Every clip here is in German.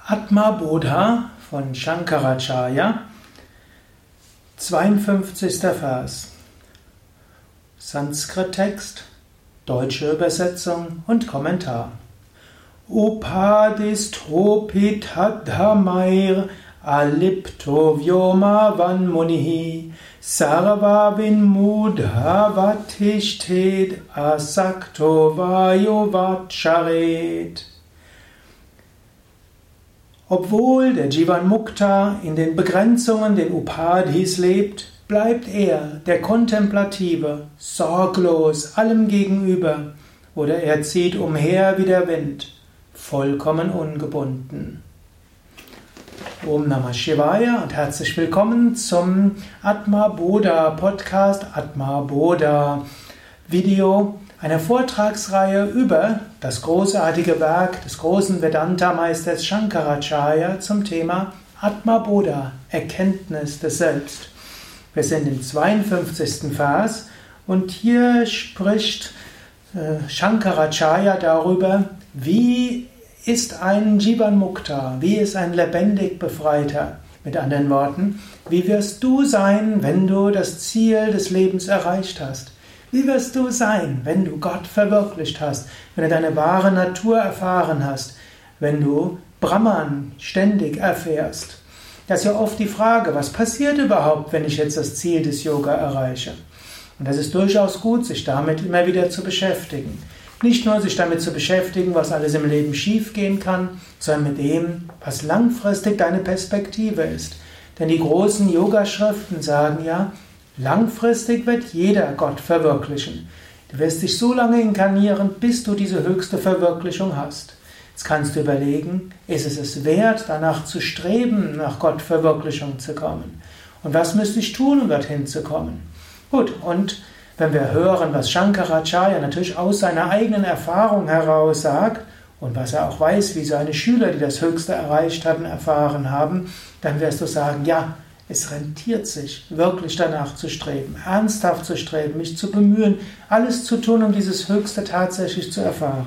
Atma-Bodha von Shankaracharya, 52. Vers. Sanskrit-Text, deutsche Übersetzung und Kommentar. Upadistopitadhamair alipto vyoma munihi sarva vinmudhavatishted asakto vayovacharet. Obwohl der Jivan Mukta in den Begrenzungen, den Upadhis lebt, bleibt er, der Kontemplative, sorglos allem gegenüber, oder er zieht umher wie der Wind, vollkommen ungebunden. Om Namah Shivaya und herzlich willkommen zum Atma-Bodha Podcast, Atma-Bodha Video, einer Vortragsreihe über das großartige Werk des großen Vedanta-Meisters Shankaracharya zum Thema Atma-Bodha, Erkenntnis des Selbst. Wir sind im 52. Vers und hier spricht Shankaracharya darüber, wie ist ein Jivan Mukta, wie ist ein lebendig Befreiter. Mit anderen Worten, wie wirst du sein, wenn du das Ziel des Lebens erreicht hast? Wie wirst du sein, wenn du Gott verwirklicht hast, wenn du deine wahre Natur erfahren hast, wenn du Brahman ständig erfährst? Das ist ja oft die Frage, was passiert überhaupt, wenn ich jetzt das Ziel des Yoga erreiche? Und das ist durchaus gut, sich damit immer wieder zu beschäftigen. Nicht nur sich damit zu beschäftigen, was alles im Leben schiefgehen kann, sondern mit dem, was langfristig deine Perspektive ist. Denn die großen Yoga-Schriften sagen ja, langfristig wird jeder Gott verwirklichen. Du wirst dich so lange inkarnieren, bis du diese höchste Verwirklichung hast. Jetzt kannst du überlegen, ist es wert, danach zu streben, nach Gottverwirklichung zu kommen? Und was müsste ich tun, um dorthin zu kommen? Gut, und wenn wir hören, was Shankaracharya natürlich aus seiner eigenen Erfahrung heraus sagt und was er auch weiß, wie seine Schüler, die das Höchste erreicht hatten, erfahren haben, dann wirst du sagen, ja, es rentiert sich, wirklich danach zu streben, ernsthaft zu streben, mich zu bemühen, alles zu tun, um dieses Höchste tatsächlich zu erfahren.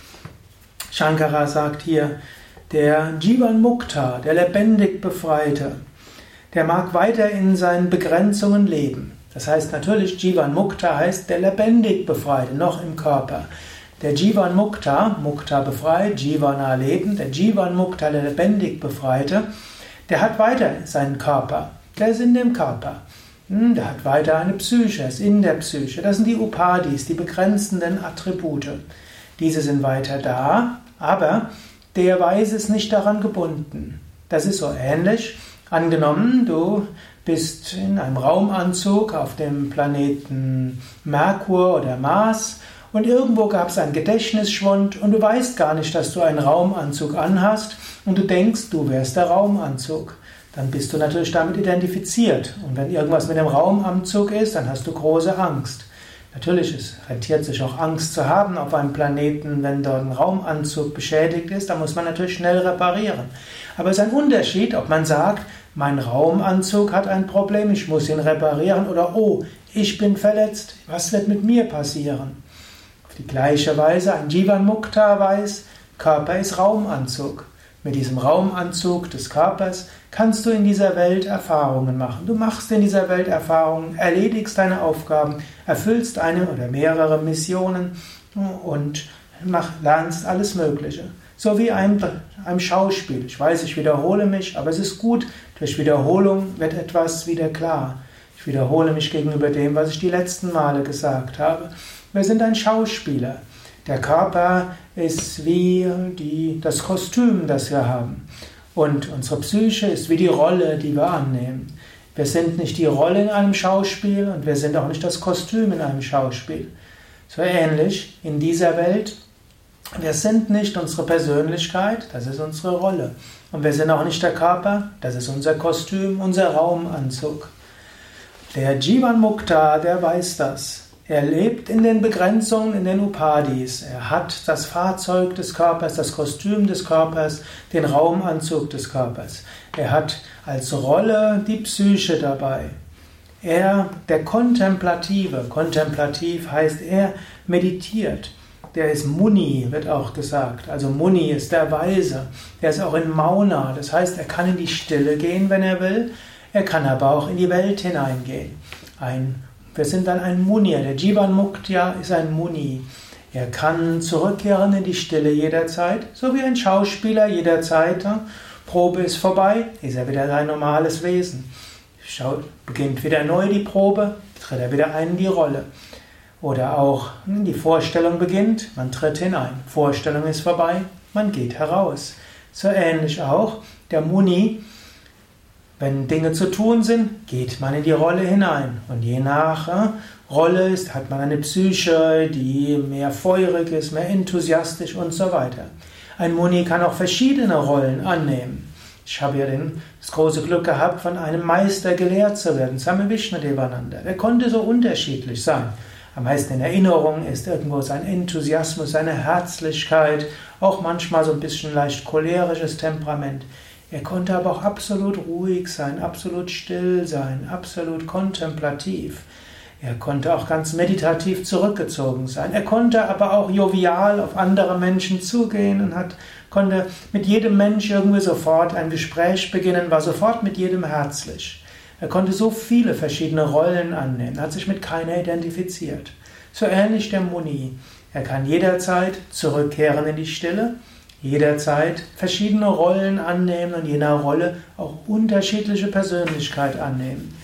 Shankara sagt hier, der Jivan Mukta, der lebendig Befreite, der mag weiter in seinen Begrenzungen leben. Das heißt natürlich, Jivan Mukta heißt der lebendig Befreite, noch im Körper. Der Jivan Mukta, Mukta befreit, Jivana leben, der Jivan Mukta, der lebendig Befreite, der hat weiter seinen Körper, der ist in dem Körper. Der hat weiter eine Psyche, ist in der Psyche. Das sind die Upadis, die begrenzenden Attribute. Diese sind weiter da, aber der Weise ist nicht daran gebunden. Das ist so ähnlich. Angenommen, du bist in einem Raumanzug auf dem Planeten Merkur oder Mars und irgendwo gab es einen Gedächtnisschwund und du weißt gar nicht, dass du einen Raumanzug anhast und du denkst, du wärst der Raumanzug. Dann bist du natürlich damit identifiziert. Und wenn irgendwas mit dem Raumanzug ist, dann hast du große Angst. Natürlich, es rentiert sich auch Angst zu haben auf einem Planeten, wenn dort ein Raumanzug beschädigt ist, da muss man natürlich schnell reparieren. Aber es ist ein Unterschied, ob man sagt, mein Raumanzug hat ein Problem, ich muss ihn reparieren, oder oh, ich bin verletzt, was wird mit mir passieren? Auf die gleiche Weise, ein Jivan Mukta weiß, Körper ist Raumanzug. Mit diesem Raumanzug des Körpers kannst du in dieser Welt Erfahrungen machen. Du machst in dieser Welt Erfahrungen, erledigst deine Aufgaben, erfüllst eine oder mehrere Missionen und lernst alles Mögliche. So wie einem Schauspiel. Ich weiß, ich wiederhole mich, aber es ist gut, durch Wiederholung wird etwas wieder klar. Ich wiederhole mich gegenüber dem, was ich die letzten Male gesagt habe. Wir sind ein Schauspieler. Der Körper ist wie das Kostüm, das wir haben. Und unsere Psyche ist wie die Rolle, die wir annehmen. Wir sind nicht die Rolle in einem Schauspiel und wir sind auch nicht das Kostüm in einem Schauspiel. So ähnlich in dieser Welt. Wir sind nicht unsere Persönlichkeit, das ist unsere Rolle. Und wir sind auch nicht der Körper, das ist unser Kostüm, unser Raumanzug. Der Jivan Mukta, der weiß das. Er lebt in den Begrenzungen, in den Upadis. Er hat das Fahrzeug des Körpers, das Kostüm des Körpers, den Raumanzug des Körpers. Er hat als Rolle die Psyche dabei. Er, der Kontemplative, kontemplativ heißt, er meditiert. der ist Muni, wird auch gesagt. Also Muni ist der Weise. Der ist auch in Mauna. Das heißt, er kann in die Stille gehen, wenn er will. Er kann aber auch in die Welt hineingehen. Wir sind dann ein Muni. Der Jivan Mukta ist ein Muni. Er kann zurückkehren in die Stille jederzeit, so wie ein Schauspieler jederzeit. Probe ist vorbei, ist er wieder sein normales Wesen. Beginnt wieder neu die Probe, tritt er wieder ein in die Rolle. Oder auch die Vorstellung beginnt, man tritt hinein. Vorstellung ist vorbei, man geht heraus. So ähnlich auch der Muni. Wenn Dinge zu tun sind, geht man in die Rolle hinein. Und je nach Rolle hat man eine Psyche, die mehr feurig ist, mehr enthusiastisch und so weiter. Ein Muni kann auch verschiedene Rollen annehmen. Ich habe ja das große Glück gehabt, von einem Meister gelehrt zu werden, Swami Vishnadevananda. Der konnte so unterschiedlich sein. Am meisten in Erinnerung ist irgendwo sein Enthusiasmus, seine Herzlichkeit, auch manchmal so ein bisschen leicht cholerisches Temperament. Er konnte aber auch absolut ruhig sein, absolut still sein, absolut kontemplativ. Er konnte auch ganz meditativ zurückgezogen sein. Er konnte aber auch jovial auf andere Menschen zugehen und konnte mit jedem Mensch irgendwie sofort ein Gespräch beginnen, war sofort mit jedem herzlich. Er konnte so viele verschiedene Rollen annehmen, hat sich mit keiner identifiziert. So ähnlich der Muni. Er kann jederzeit zurückkehren in die Stille, jederzeit verschiedene Rollen annehmen und je nach Rolle auch unterschiedliche Persönlichkeit annehmen.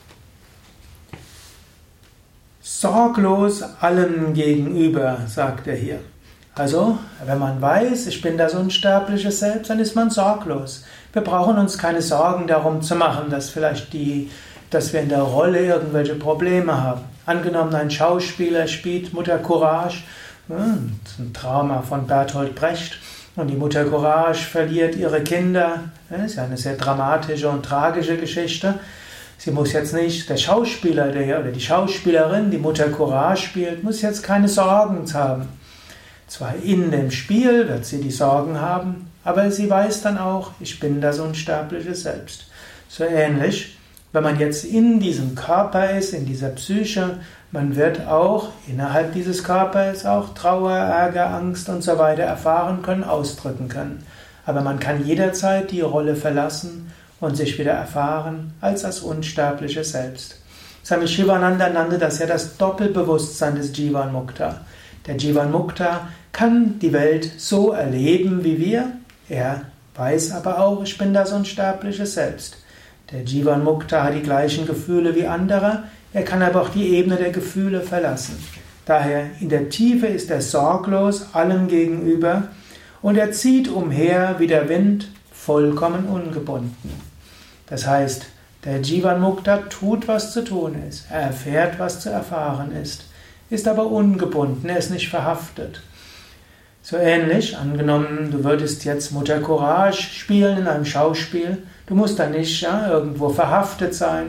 Sorglos allem gegenüber, sagt er hier. Also, wenn man weiß, ich bin das unsterbliche Selbst, dann ist man sorglos. Wir brauchen uns keine Sorgen darum zu machen, dass wir in der Rolle irgendwelche Probleme haben. Angenommen, ein Schauspieler spielt Mutter Courage, das ist ein Trauma von Bertolt Brecht, und die Mutter Courage verliert ihre Kinder. Das ist ja eine sehr dramatische und tragische Geschichte. Sie muss jetzt nicht, der Schauspieler oder die Schauspielerin, die Mutter Courage spielt, muss jetzt keine Sorgen haben. Zwar in dem Spiel wird sie die Sorgen haben, aber sie weiß dann auch, ich bin das unsterbliche Selbst. So ähnlich, wenn man jetzt in diesem Körper ist, in dieser Psyche, man wird auch innerhalb dieses Körpers auch Trauer, Ärger, Angst und so weiter erfahren können, ausdrücken können. Aber man kann jederzeit die Rolle verlassen und sich wieder erfahren als das unsterbliche Selbst. Swami Shivananda nannte das ja das Doppelbewusstsein des Jivan Mukta. Der Jivan Mukta kann die Welt so erleben wie wir, er weiß aber auch, ich bin das unsterbliche Selbst. Der Jivan Mukta hat die gleichen Gefühle wie andere, er kann aber auch die Ebene der Gefühle verlassen. Daher in der Tiefe ist er sorglos allem gegenüber und er zieht umher wie der Wind, vollkommen ungebunden. Das heißt, der Jivan Mukta tut, was zu tun ist, er erfährt, was zu erfahren ist aber ungebunden, er ist nicht verhaftet. So ähnlich, angenommen, du würdest jetzt Mutter Courage spielen in einem Schauspiel, du musst da nicht irgendwo verhaftet sein,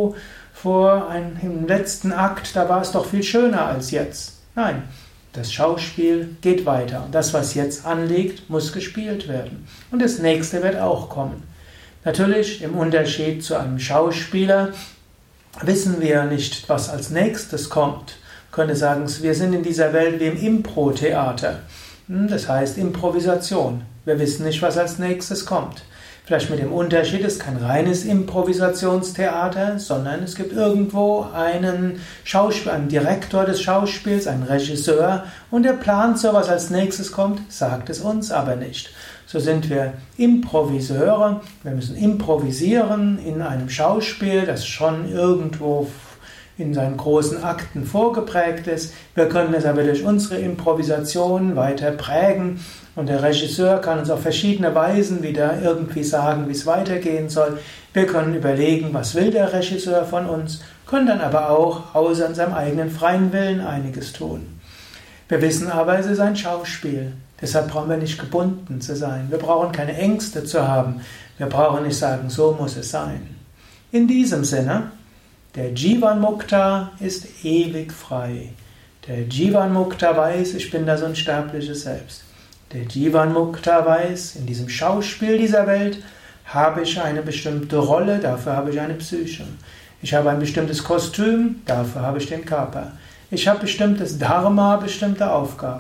im letzten Akt, da war es doch viel schöner als jetzt. Nein, das Schauspiel geht weiter und das, was jetzt anliegt, muss gespielt werden. Und das nächste wird auch kommen. Natürlich, im Unterschied zu einem Schauspieler, wissen wir nicht, was als nächstes kommt. Ich könnte sagen, wir sind in dieser Welt wie im Impro-Theater. Das heißt Improvisation. Wir wissen nicht, was als nächstes kommt. Vielleicht mit dem Unterschied, es ist kein reines Improvisationstheater, sondern es gibt irgendwo einen Direktor des Schauspiels, einen Regisseur, und der plant so, was als nächstes kommt, sagt es uns aber nicht. So sind wir Improviseure, wir müssen improvisieren in einem Schauspiel, das schon irgendwo in seinen großen Akten vorgeprägt ist. Wir können es aber durch unsere Improvisation weiter prägen und der Regisseur kann uns auf verschiedene Weisen wieder irgendwie sagen, wie es weitergehen soll. Wir können überlegen, was will der Regisseur von uns, können dann aber auch außer seinem eigenen freien Willen einiges tun. Wir wissen aber, es ist ein Schauspiel. Deshalb brauchen wir nicht gebunden zu sein. Wir brauchen keine Ängste zu haben. Wir brauchen nicht sagen, so muss es sein. In diesem Sinne, der Jivan Mukta ist ewig frei. Der Jivan Mukta weiß, ich bin das unsterbliche Selbst. Der Jivan Mukta weiß, in diesem Schauspiel dieser Welt habe ich eine bestimmte Rolle, dafür habe ich eine Psyche. Ich habe ein bestimmtes Kostüm, dafür habe ich den Körper. Ich habe bestimmtes Dharma, bestimmte Aufgaben.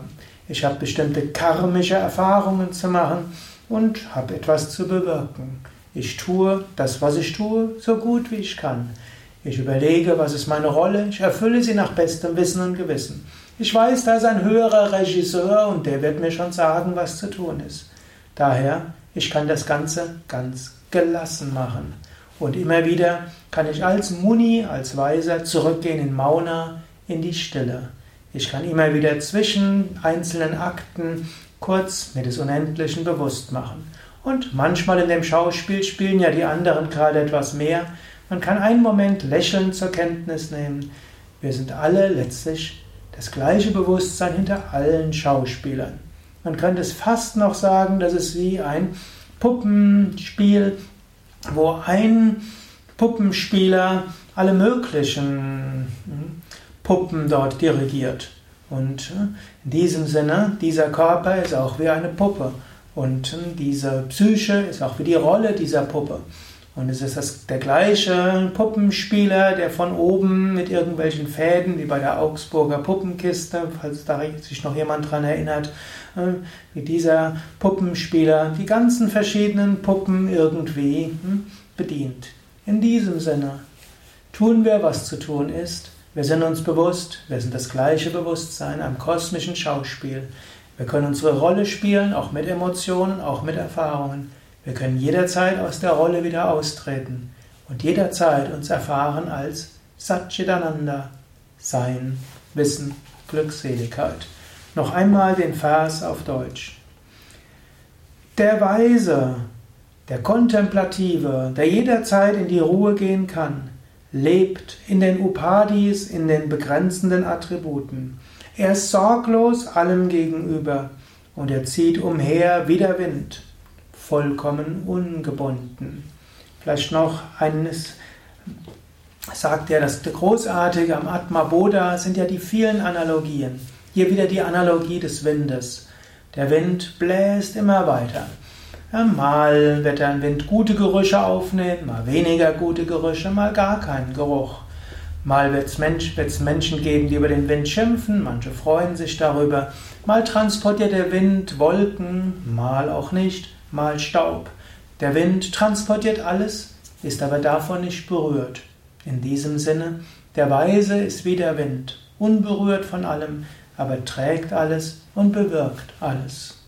Ich habe bestimmte karmische Erfahrungen zu machen und habe etwas zu bewirken. Ich tue das, was ich tue, so gut wie ich kann. Ich überlege, was ist meine Rolle, ich erfülle sie nach bestem Wissen und Gewissen. Ich weiß, da ist ein höherer Regisseur und der wird mir schon sagen, was zu tun ist. Daher, ich kann das Ganze ganz gelassen machen. Und immer wieder kann ich als Muni, als Weiser zurückgehen in Mauna, in die Stille. Ich kann immer wieder zwischen einzelnen Akten kurz mir des Unendlichen bewusst machen. Und manchmal in dem Schauspiel spielen ja die anderen gerade etwas mehr. Man kann einen Moment lächelnd zur Kenntnis nehmen. Wir sind alle letztlich das gleiche Bewusstsein hinter allen Schauspielern. Man könnte es fast noch sagen, das ist wie ein Puppenspiel, wo ein Puppenspieler alle möglichen Puppen dort dirigiert. Und in diesem Sinne, dieser Körper ist auch wie eine Puppe. Und diese Psyche ist auch wie die Rolle dieser Puppe. Und es ist der gleiche Puppenspieler, der von oben mit irgendwelchen Fäden, wie bei der Augsburger Puppenkiste, falls da sich noch jemand dran erinnert, wie dieser Puppenspieler die ganzen verschiedenen Puppen irgendwie bedient. In diesem Sinne tun wir, was zu tun ist. Wir sind uns bewusst, wir sind das gleiche Bewusstsein am kosmischen Schauspiel. Wir können unsere Rolle spielen, auch mit Emotionen, auch mit Erfahrungen. Wir können jederzeit aus der Rolle wieder austreten und jederzeit uns erfahren als Satchitananda, Sein, Wissen, Glückseligkeit. Noch einmal den Vers auf Deutsch. Der Weise, der Kontemplative, der jederzeit in die Ruhe gehen kann, lebt in den Upadis, in den begrenzenden Attributen. Er ist sorglos allem gegenüber und er zieht umher wie der Wind, vollkommen ungebunden. Vielleicht noch eines sagt er, das Großartige am Atma Bodha sind ja die vielen Analogien. Hier wieder die Analogie des Windes. Der Wind bläst immer weiter. Ja, mal wird der Wind gute Gerüche aufnehmen, mal weniger gute Gerüche, mal gar keinen Geruch. Mal wird es Menschen geben, die über den Wind schimpfen, manche freuen sich darüber. Mal transportiert der Wind Wolken, mal auch nicht, mal Staub. Der Wind transportiert alles, ist aber davon nicht berührt. In diesem Sinne, der Weise ist wie der Wind, unberührt von allem, aber trägt alles und bewirkt alles.